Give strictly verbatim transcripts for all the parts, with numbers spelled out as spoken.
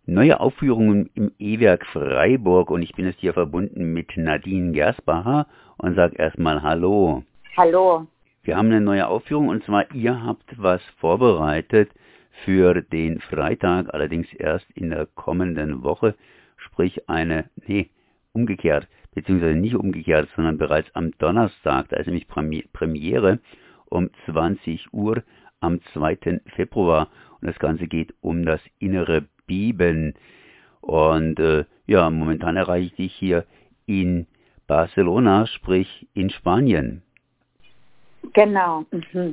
neue Aufführungen im E-Werk Freiburg und ich bin jetzt hier verbunden mit Nadine Gersbacher und sage erstmal Hallo. Hallo. Wir haben eine neue Aufführung und zwar ihr habt was vorbereitet für den Freitag, allerdings erst in der kommenden Woche, sprich eine, nee, umgekehrt, beziehungsweise nicht umgekehrt, sondern bereits am Donnerstag, da ist nämlich Premiere um zwanzig Uhr am zweiten Februar und das Ganze geht um das innere Beben. Und äh, ja, momentan erreiche ich dich hier in Barcelona, sprich in Spanien. Genau. Mhm.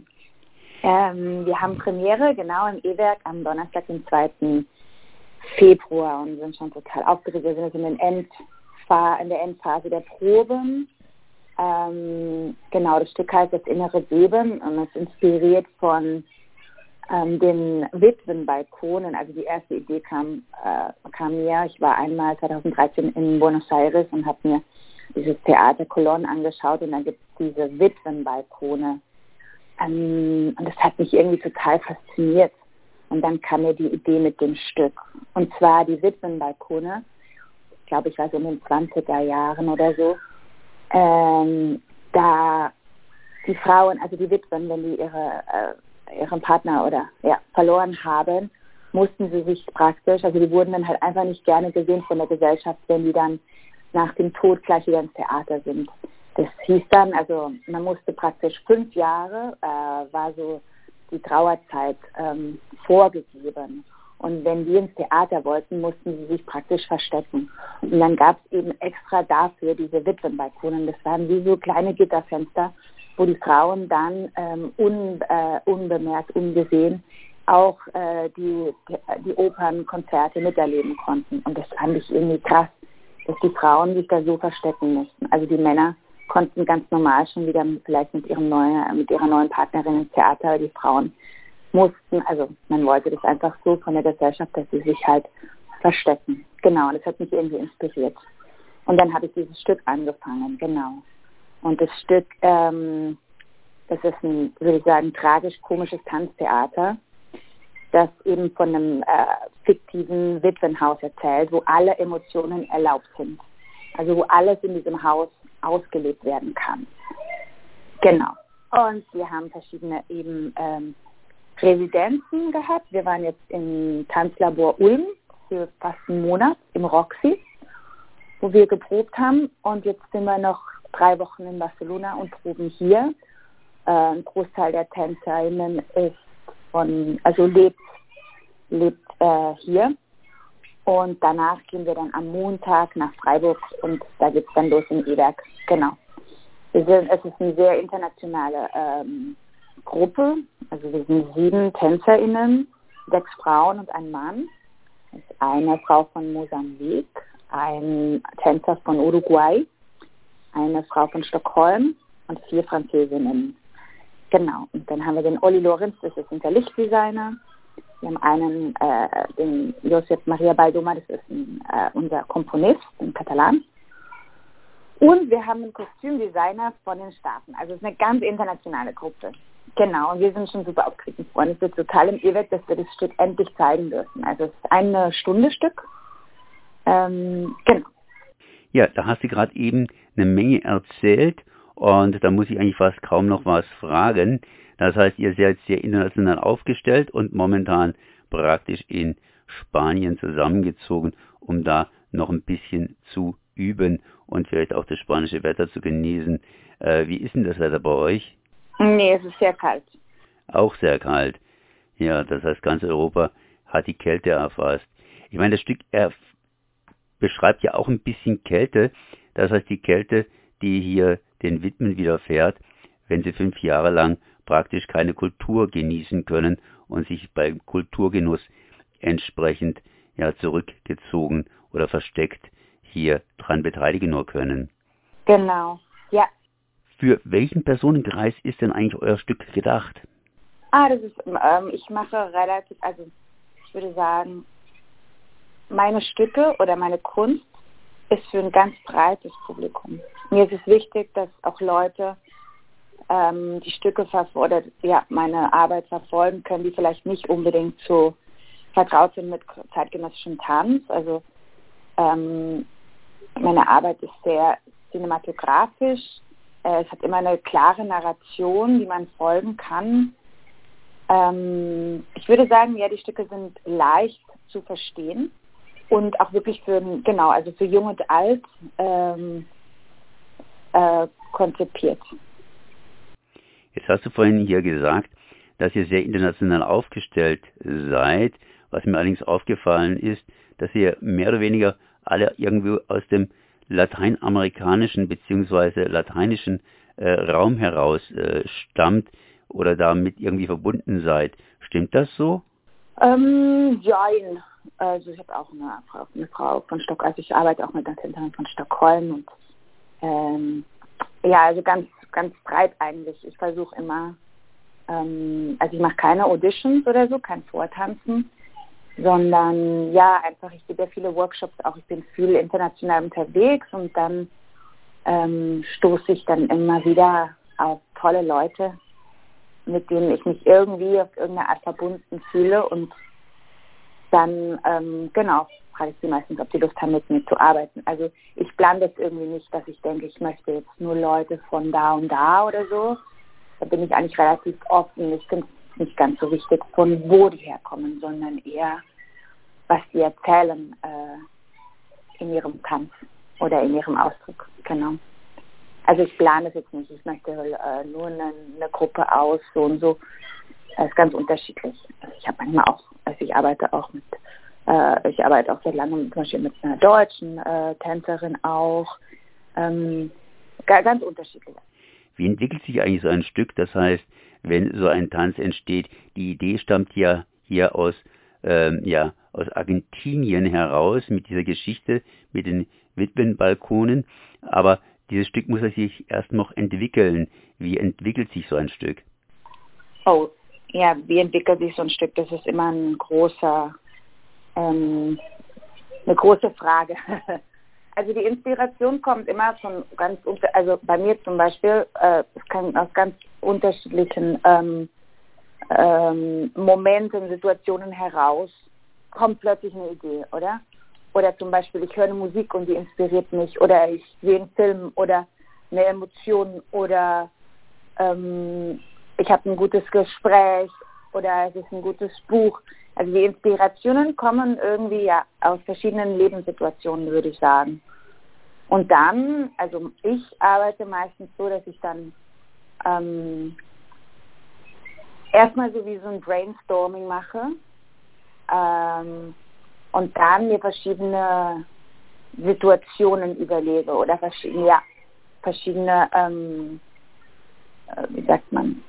Ähm, wir haben Premiere, genau, im E-Werk am Donnerstag, den zweiten Februar und sind schon total aufgeregt. Wir sind jetzt in, den Endfa- in der Endphase der Proben. Ähm, genau, das Stück heißt Das innere Beben und es ist inspiriert von ähm, den Witwenbalkonen. Also die erste Idee kam, äh, kam mir, ich war einmal zwanzig dreizehn in Buenos Aires und habe mir dieses Theater Colón angeschaut und da gibt es diese Witwenbalkone. Ähm, und das hat mich irgendwie total fasziniert. Und dann kam mir die Idee mit dem Stück. Und zwar die Witwenbalkone, ich glaube, ich war so in den zwanziger Jahren oder so, ähm, da die Frauen, also die Witwen, wenn die ihre, äh, ihren Partner oder ja, verloren haben, mussten sie sich praktisch, also die wurden dann halt einfach nicht gerne gesehen von der Gesellschaft, wenn die dann nach dem Tod gleich wieder ins Theater sind. Das hieß dann, also man musste praktisch fünf Jahre, äh, war so die Trauerzeit ähm, vorgegeben. Und wenn die ins Theater wollten, mussten sie sich praktisch verstecken. Und dann gab es eben extra dafür diese Witwenbalkonen. Das waren wie so kleine Gitterfenster, wo die Frauen dann ähm, un, äh, unbemerkt, ungesehen auch äh, die, die Opernkonzerte miterleben konnten. Und das fand ich irgendwie krass, dass die Frauen sich da so verstecken mussten. Also die Männer konnten ganz normal schon wieder vielleicht mit ihrem neuen, mit ihrer neuen Partnerin ins Theater, aber die Frauen mussten, also man wollte das einfach so von der Gesellschaft, dass sie sich halt verstecken. Genau, das hat mich irgendwie inspiriert. Und dann habe ich dieses Stück angefangen, genau. Und das Stück, ähm, das ist ein, würde ich sagen, tragisch-komisches Tanztheater, das eben von einem äh, fiktiven Witwenhaus erzählt, wo alle Emotionen erlaubt sind. Also wo alles in diesem Haus ausgelebt werden kann. Genau. Und wir haben verschiedene eben ähm, Residenzen gehabt. Wir waren jetzt im Tanzlabor Ulm für fast einen Monat im Roxy, wo wir geprobt haben. Und jetzt sind wir noch drei Wochen in Barcelona und proben hier. Äh, ein Großteil der TänzerInnen ist von, also lebt, lebt äh, hier. Und danach gehen wir dann am Montag nach Freiburg und da geht es dann los im E-Werk. Genau. Wir sind, es ist eine sehr internationale ähm, Gruppe. Also wir sind sieben TänzerInnen, sechs Frauen und ein Mann. Es ist eine Frau von Mosambik, ein Tänzer von Uruguay, eine Frau von Stockholm und vier Französinnen. Genau. Und dann haben wir den Olli Lorenz, das ist unser Lichtdesigner. Wir haben einen, äh, den Josep Maria Baldoma, das ist ein, äh, unser Komponist, ein Katalan. Und wir haben einen Kostümdesigner von den Staaten. Also es ist eine ganz internationale Gruppe. Genau, und wir sind schon super aufgeregt. Und es wird total im E-Werk, dass wir das Stück endlich zeigen dürfen. Also es ist eine Stunde Stück. Ähm, genau. Ja, da hast du gerade eben eine Menge erzählt und da muss ich eigentlich fast kaum noch was fragen. Das heißt, ihr seid sehr international aufgestellt und momentan praktisch in Spanien zusammengezogen, um da noch ein bisschen zu üben und vielleicht auch das spanische Wetter zu genießen. Äh, wie ist denn das Wetter bei euch? Nee, es ist sehr kalt. Auch sehr kalt. Ja, das heißt, ganz Europa hat die Kälte erfasst. Ich meine, das Stück erf- beschreibt ja auch ein bisschen Kälte. Das heißt, die Kälte, die hier den Witwen widerfährt, wenn sie fünf Jahre lang praktisch keine Kultur genießen können und sich beim Kulturgenuss entsprechend ja zurückgezogen oder versteckt hier dran beteiligen nur können. Genau, ja. Für welchen Personenkreis ist denn eigentlich euer Stück gedacht? Ah, das ist, ähm, ich mache relativ, also ich würde sagen, meine Stücke oder meine Kunst ist für ein ganz breites Publikum. Mir ist es wichtig, dass auch Leute ähm, die Stücke verfolgen oder ja, meine Arbeit verfolgen können, die vielleicht nicht unbedingt so vertraut sind mit zeitgenössischem Tanz. Also ähm, meine Arbeit ist sehr cinematografisch. Äh, es hat immer eine klare Narration, die man folgen kann. Ähm, ich würde sagen, ja, die Stücke sind leicht zu verstehen und auch wirklich für, genau, also für Jung und Alt ähm, äh, konzipiert. Jetzt hast du vorhin hier gesagt, dass ihr sehr international aufgestellt seid. Was mir allerdings aufgefallen ist, dass ihr mehr oder weniger alle irgendwo aus dem lateinamerikanischen bzw. lateinischen äh, Raum heraus äh, stammt oder damit irgendwie verbunden seid. Stimmt das so? Ähm, jein. Also ich habe auch eine Frau, eine Frau von Stock, also ich arbeite auch mit der Tänzerin von Stockholm und ähm, ja, also ganz, ganz breit eigentlich. Ich versuche immer, ähm, also ich mache keine Auditions oder so, kein Vortanzen, sondern ja, einfach, ich gebe ja viele Workshops auch, ich bin viel international unterwegs und dann ähm, stoße ich dann immer wieder auf tolle Leute, mit denen ich mich irgendwie auf irgendeine Art verbunden fühle und dann, ähm, genau, frage ich sie meistens, ob sie Lust haben, mit mir zu arbeiten. Also ich plane das irgendwie nicht, dass ich denke, ich möchte jetzt nur Leute von da und da oder so. Da bin ich eigentlich relativ offen. Ich finde es nicht ganz so wichtig, von wo die herkommen, sondern eher, was die erzählen äh, in ihrem Tanz oder in ihrem Ausdruck. Genau. Also ich plane es jetzt nicht. Ich möchte äh, nur eine, eine Gruppe aus, so und so. Das ist ganz unterschiedlich. Also ich habe manchmal auch, also ich arbeite auch mit, äh, ich arbeite auch sehr lange zum Beispiel mit einer deutschen äh, Tänzerin auch. Ähm, ganz unterschiedlich. Wie entwickelt sich eigentlich so ein Stück? Das heißt, wenn so ein Tanz entsteht, die Idee stammt ja hier aus, ähm, ja, aus Argentinien heraus mit dieser Geschichte mit den Witwenbalkonen. Aber dieses Stück muss sich erst noch entwickeln. Wie entwickelt sich so ein Stück? Oh, ja, wie entwickelt sich so ein Stück? Das ist immer ein großer, ähm, eine große Frage. Also die Inspiration kommt immer von ganz, also bei mir zum Beispiel, äh, es kann aus ganz unterschiedlichen ähm, ähm, Momenten, Situationen heraus, kommt plötzlich eine Idee, oder? Oder zum Beispiel, ich höre eine Musik und die inspiriert mich, oder ich sehe einen Film oder eine Emotion oder ähm, ich habe ein gutes Gespräch oder es ist ein gutes Buch. Also die Inspirationen kommen irgendwie ja aus verschiedenen Lebenssituationen, würde ich sagen. Und dann, also ich arbeite meistens so, dass ich dann ähm, erstmal so wie so ein Brainstorming mache ähm, und dann mir verschiedene Situationen überlege oder verschiedene, ja, verschiedene, ähm, äh, wie sagt man,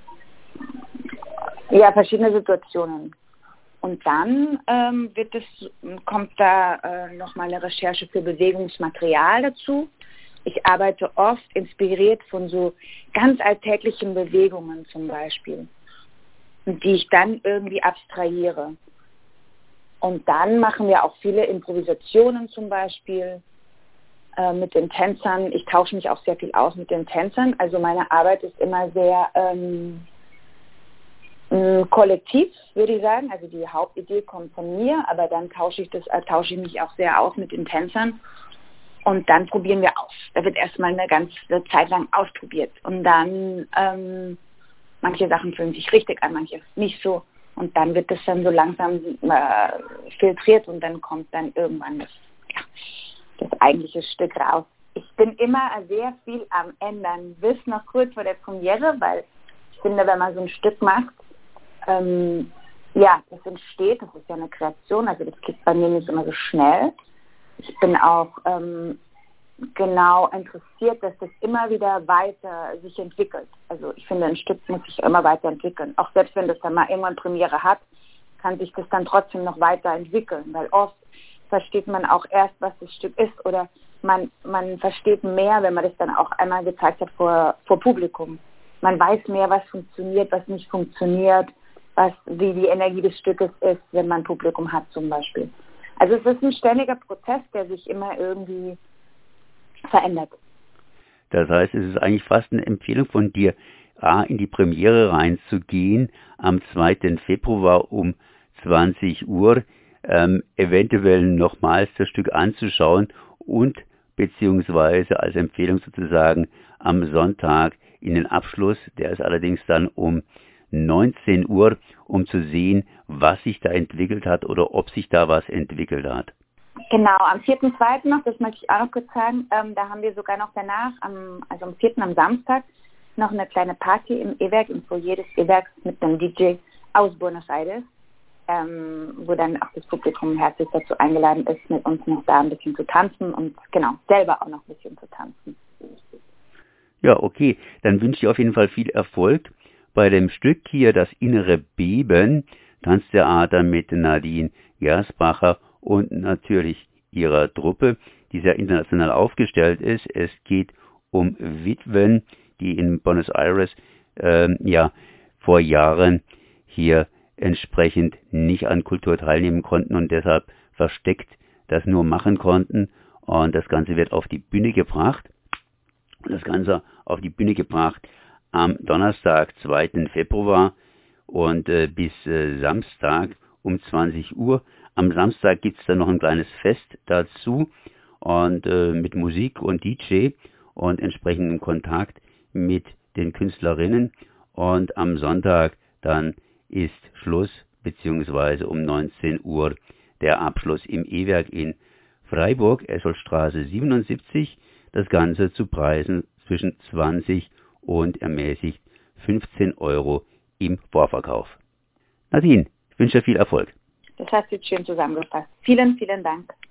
ja, verschiedene Situationen. Und dann ähm, wird es, kommt da äh, nochmal eine Recherche für Bewegungsmaterial dazu. Ich arbeite oft inspiriert von so ganz alltäglichen Bewegungen zum Beispiel, die ich dann irgendwie abstrahiere. Und dann machen wir auch viele Improvisationen zum Beispiel äh, mit den Tänzern. Ich tausche mich auch sehr viel aus mit den Tänzern. Also meine Arbeit ist immer sehr ähm, kollektiv, würde ich sagen. Also die Hauptidee kommt von mir, aber dann tausche ich das, äh, tausche ich mich auch sehr aus mit den Tänzern und dann probieren wir aus. Da wird erstmal eine ganze Zeit lang ausprobiert und dann ähm, manche Sachen fühlen sich richtig an, manche nicht so und dann wird das dann so langsam äh, filtriert und dann kommt dann irgendwann das, ja, das eigentliche Stück raus. Ich bin immer sehr viel am Ändern, bis noch kurz vor der Premiere, weil ich finde, wenn man so ein Stück macht, Ähm, ja, das entsteht, das ist ja eine Kreation, also das geht bei mir nicht immer so schnell. Ich bin auch ähm, genau interessiert, dass das immer wieder weiter sich entwickelt. Also ich finde, ein Stück muss sich immer weiterentwickeln. Auch selbst wenn das dann mal irgendwann Premiere hat, kann sich das dann trotzdem noch weiterentwickeln, weil oft versteht man auch erst, was das Stück ist oder man, man versteht mehr, wenn man das dann auch einmal gezeigt hat vor, vor Publikum. Man weiß mehr, was funktioniert, was nicht funktioniert, was, wie die Energie des Stückes ist, wenn man Publikum hat zum Beispiel. Also es ist ein ständiger Prozess, der sich immer irgendwie verändert. Das heißt, es ist eigentlich fast eine Empfehlung von dir, A, in die Premiere reinzugehen am zweiten Februar um zwanzig Uhr ähm, eventuell nochmals das Stück anzuschauen und beziehungsweise als Empfehlung sozusagen am Sonntag in den Abschluss, der ist allerdings dann um neunzehn Uhr, um zu sehen, was sich da entwickelt hat oder ob sich da was entwickelt hat. Genau, am vierten zweiten noch, das möchte ich auch noch kurz sagen, ähm, da haben wir sogar noch danach, am, also am vierten am Samstag, noch eine kleine Party im E-Werk, im Foyer des E-Werks mit einem D J aus Buenos Aires, ähm, wo dann auch das Publikum herzlich dazu eingeladen ist, mit uns noch da ein bisschen zu tanzen und genau, selber auch noch ein bisschen zu tanzen. Ja, okay, dann wünsche ich auf jeden Fall viel Erfolg bei dem Stück hier, das innere Beben, Tanztheater mit Nadine Gersbacher und natürlich ihrer Truppe, die sehr international aufgestellt ist. Es geht um Witwen, die in Buenos Aires äh, ja vor Jahren hier entsprechend nicht an Kultur teilnehmen konnten und deshalb versteckt das nur machen konnten. Und das Ganze wird auf die Bühne gebracht. Das Ganze auf die Bühne gebracht am Donnerstag, zweiten Februar und äh, bis äh, Samstag um zwanzig Uhr. Am Samstag gibt es dann noch ein kleines Fest dazu und äh, mit Musik und D J und entsprechendem Kontakt mit den Künstlerinnen. Und am Sonntag dann ist Schluss, beziehungsweise um neunzehn Uhr der Abschluss im E-Werk in Freiburg, Esselstraße siebenundsiebzig. Das Ganze zu Preisen zwischen zwanzig und ermäßigt fünfzehn Euro im Vorverkauf. Nadine, ich wünsche dir viel Erfolg. Das hast du jetzt schön zusammengefasst. Vielen, vielen Dank.